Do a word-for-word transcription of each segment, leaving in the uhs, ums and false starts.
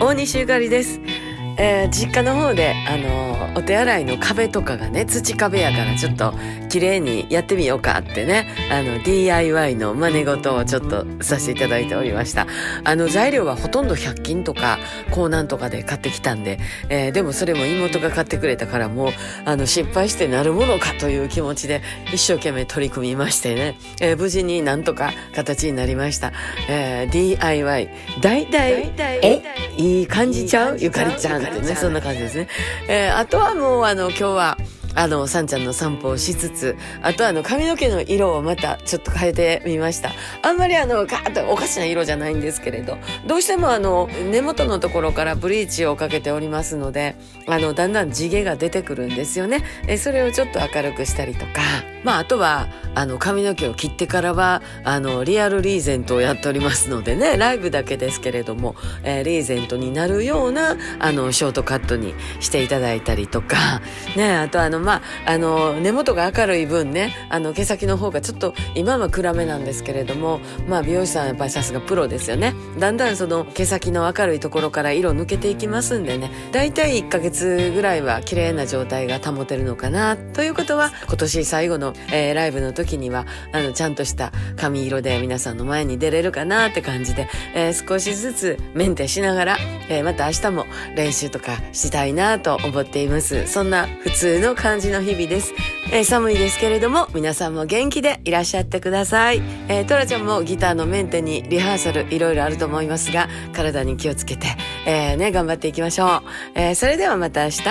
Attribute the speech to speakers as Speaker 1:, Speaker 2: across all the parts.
Speaker 1: 大西ゆかりです。えー、実家の方であのお手洗いの壁とかがね土壁やからちょっと綺麗にやってみようかってねあの ディーアイワイ の真似事をちょっとさせていただいておりました。あの材料はほとんどひゃく均とか港南とかで買ってきたんで、えー、でもそれも妹が買ってくれたからもうあの失敗してなるものかという気持ちで一生懸命取り組みましてね、えー、無事になんとか形になりました。えー、ディーアイワイ だいたいえいい感じちゃうゆかりちゃんってねそんな感じですね。えー、あとはもうあの今日はあのさんちゃんの散歩をしつつ、あとあの髪の毛の色をまたちょっと変えてみました。あんまりあのガーッとおかしな色じゃないんですけれど、どうしてもあの根元のところからブリーチをかけておりますので、あのだんだん地毛が出てくるんですよね。えそれをちょっと明るくしたりとか、まああとはあの髪の毛を切ってからはあのリアルリーゼントをやっておりますのでね、ライブだけですけれども、えー、リーゼントになるようなあのショートカットにしていただいたりとかね、あとあのまああの根元が明るい分ねあの毛先の方がちょっと今は暗めなんですけれども、まあ美容師さんはやっぱりさすがプロですよね。だんだんその毛先の明るいところから色抜けていきますんでね、だいたいいっかげつぐらいは綺麗な状態が保てるのかなということは、今年最後の、えー、ライブの時にはあのちゃんとした髪色で皆さんの前に出れるかなって感じで、えー、少しずつメンテしながら、えー、また明日も練習とかしたいなと思っています。そんな普通の感じの日々です。えー、寒いですけれども皆さんも元気でいらっしゃってください。えー、トラちゃんもギターのメンテにリハーサルいろいろあると思いますが、体に気をつけて、えーね、頑張っていきましょう。えー、それではまた明日。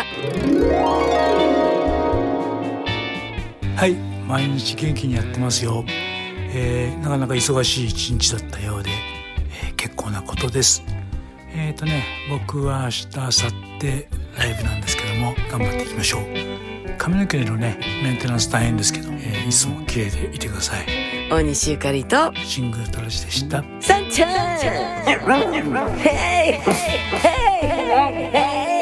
Speaker 2: はい、毎日元気にやってますよ。えー、なかなか忙しい一日だったようで、えー、結構なことです。えーとね僕は明日明後日ライブなんですけども頑張っていきましょう。髪の毛のねメンテナンス大変ですけど、えー、いつも綺麗でいてください。
Speaker 1: 大西ゆかりと
Speaker 2: シングルトラジでした。
Speaker 1: さんちゃんヘイヘイヘイヘイ